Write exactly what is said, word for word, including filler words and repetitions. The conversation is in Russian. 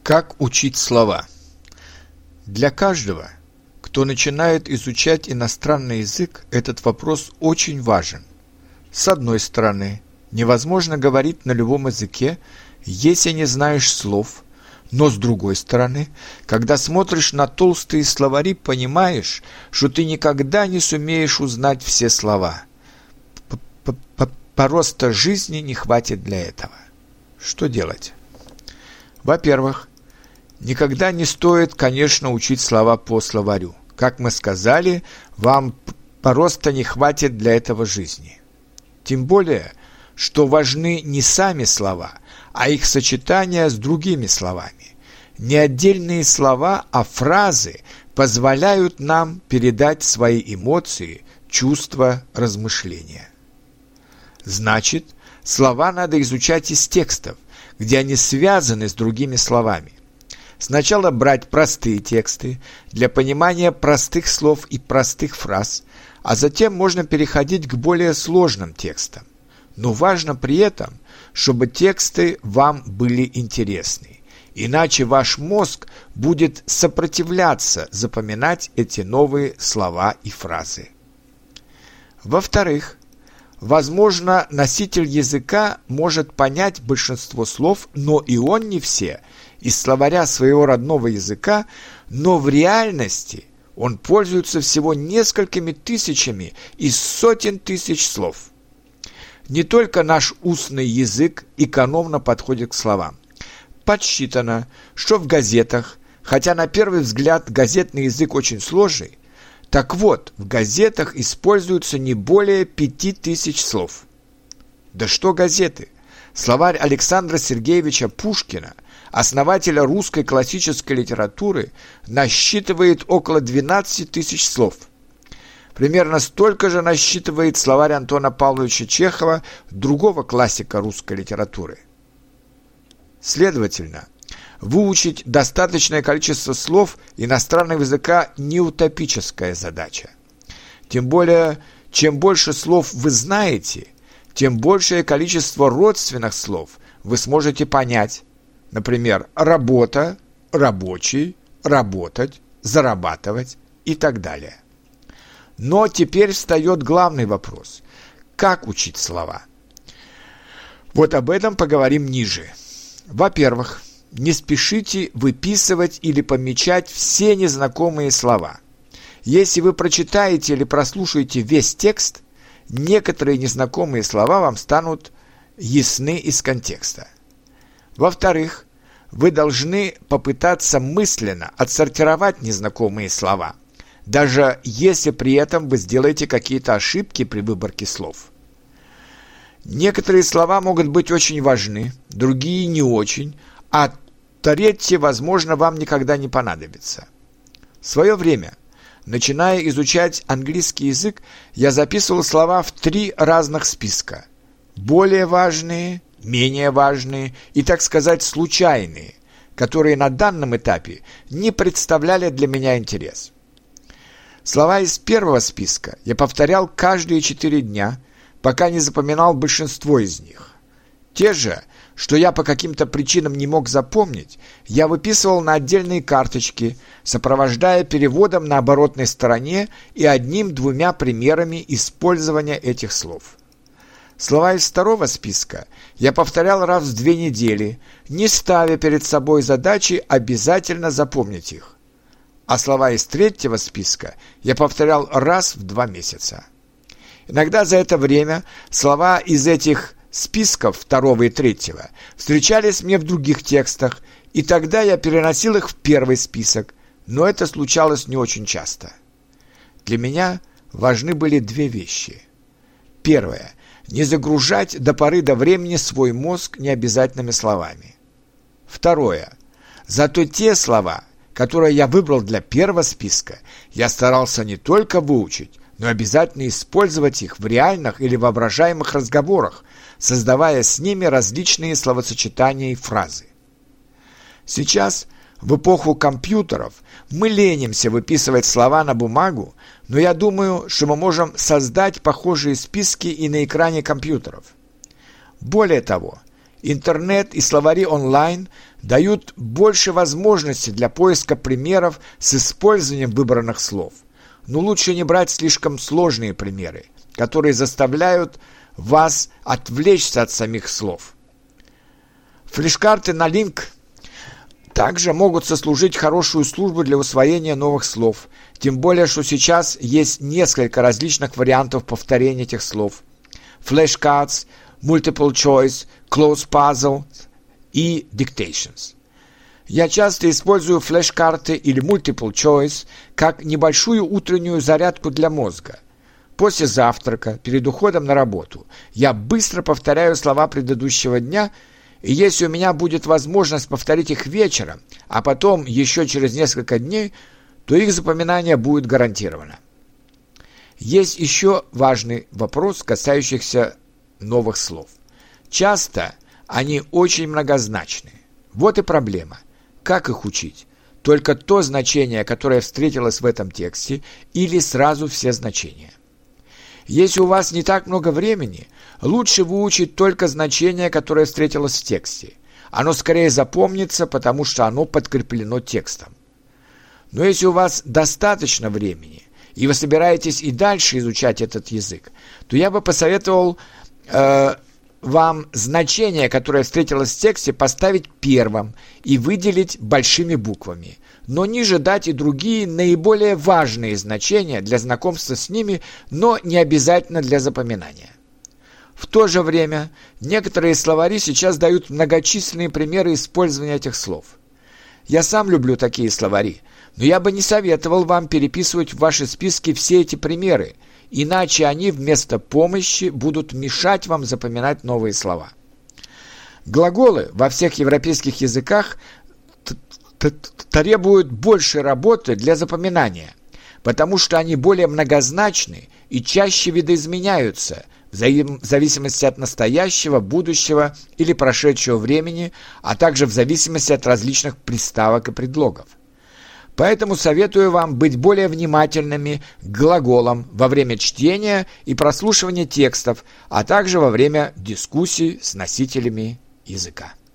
Как учить слова? Для каждого, кто начинает изучать иностранный язык, этот вопрос очень важен. С одной стороны, невозможно говорить на любом языке, если не знаешь слов, но с другой стороны, когда смотришь на толстые словари, понимаешь, что ты никогда не сумеешь узнать все слова. Просто жизни не хватит для этого. Что делать? Во-первых, никогда не стоит, конечно, учить слова по словарю. Как мы сказали, вам просто не хватит для этого жизни. Тем более, что важны не сами слова, а их сочетание с другими словами. Не отдельные слова, а фразы позволяют нам передать свои эмоции, чувства, размышления. Значит, слова надо изучать из текстов, где они связаны с другими словами. Сначала брать простые тексты для понимания простых слов и простых фраз, а затем можно переходить к более сложным текстам. Но важно при этом, чтобы тексты вам были интересны, иначе ваш мозг будет сопротивляться запоминать эти новые слова и фразы. Во-вторых, возможно, носитель языка может понять большинство слов, но и он не все, из словаря своего родного языка, но в реальности он пользуется всего несколькими тысячами из сотен тысяч слов. Не только наш устный язык экономно подходит к словам. Подсчитано, что в газетах, хотя на первый взгляд газетный язык очень сложный, так вот, в газетах используется не более пяти тысяч слов. Да что газеты? Словарь Александра Сергеевича Пушкина, основателя русской классической литературы, насчитывает около двенадцати тысяч слов. Примерно столько же насчитывает словарь Антона Павловича Чехова, другого классика русской литературы. Следовательно, выучить достаточное количество слов иностранного языка не утопическая задача. Тем более, чем больше слов вы знаете, тем большее количество родственных слов вы сможете понять. Например, работа, рабочий, работать, зарабатывать и так далее. Но теперь встает главный вопрос. Как учить слова? Вот об этом поговорим ниже. Во-первых, не спешите выписывать или помечать все незнакомые слова. Если вы прочитаете или прослушаете весь текст, некоторые незнакомые слова вам станут ясны из контекста. Во-вторых, вы должны попытаться мысленно отсортировать незнакомые слова, даже если при этом вы сделаете какие-то ошибки при выборке слов. Некоторые слова могут быть очень важны, другие не очень, а третьи, возможно, вам никогда не понадобятся. В свое время, начиная изучать английский язык, я записывал слова в три разных списка. Более важные, менее важные и, так сказать, случайные, которые на данном этапе не представляли для меня интерес. Слова из первого списка я повторял каждые четыре дня, пока не запоминал большинство из них. Те же, что я по каким-то причинам не мог запомнить, я выписывал на отдельные карточки, сопровождая переводом на оборотной стороне и одним-двумя примерами использования этих слов. Слова из второго списка я повторял раз в две недели, не ставя перед собой задачи обязательно запомнить их. А слова из третьего списка я повторял раз в два месяца. Иногда за это время слова из этих списков второго и третьего встречались мне в других текстах, и тогда я переносил их в первый список, но это случалось не очень часто. Для меня важны были две вещи. Первое. Не загружать до поры до времени свой мозг необязательными словами. Второе. Зато те слова, которые я выбрал для первого списка, я старался не только выучить, но обязательно использовать их в реальных или воображаемых разговорах, создавая с ними различные словосочетания и фразы. Сейчас, в эпоху компьютеров, мы ленимся выписывать слова на бумагу, но я думаю, что мы можем создать похожие списки и на экране компьютеров. Более того, Интернет и словари онлайн дают больше возможностей для поиска примеров с использованием выбранных слов. Но лучше не брать слишком сложные примеры, которые заставляют вас отвлечься от самих слов. Флеш-карты на линк также могут сослужить хорошую службу для усвоения новых слов, тем более, что сейчас есть несколько различных вариантов повторения этих слов. Flashcards, Multiple Choice, Close Puzzle и Dictations. Я часто использую флеш-карты или Multiple Choice как небольшую утреннюю зарядку для мозга. После завтрака, перед уходом на работу, я быстро повторяю слова предыдущего дня, и если у меня будет возможность повторить их вечером, а потом еще через несколько дней, то их запоминание будет гарантировано. Есть еще важный вопрос, касающийся новых слов. Часто они очень многозначны. Вот и проблема. Как их учить? Только то значение, которое встретилось в этом тексте, или сразу все значения? Если у вас не так много времени, лучше выучить только значение, которое встретилось в тексте. Оно скорее запомнится, потому что оно подкреплено текстом. Но если у вас достаточно времени, и вы собираетесь и дальше изучать этот язык, то я бы посоветовал э, вам значение, которое встретилось в тексте, поставить первым и выделить большими буквами, но ниже дать и другие наиболее важные значения для знакомства с ними, но не обязательно для запоминания. В то же время некоторые словари сейчас дают многочисленные примеры использования этих слов. Я сам люблю такие словари, но я бы не советовал вам переписывать в ваши списки все эти примеры, иначе они вместо помощи будут мешать вам запоминать новые слова. Глаголы во всех европейских языках требуют больше работы для запоминания, потому что они более многозначны и чаще видоизменяются в зависимости от настоящего, будущего или прошедшего времени, а также в зависимости от различных приставок и предлогов. Поэтому советую вам быть более внимательными к глаголам во время чтения и прослушивания текстов, а также во время дискуссий с носителями языка.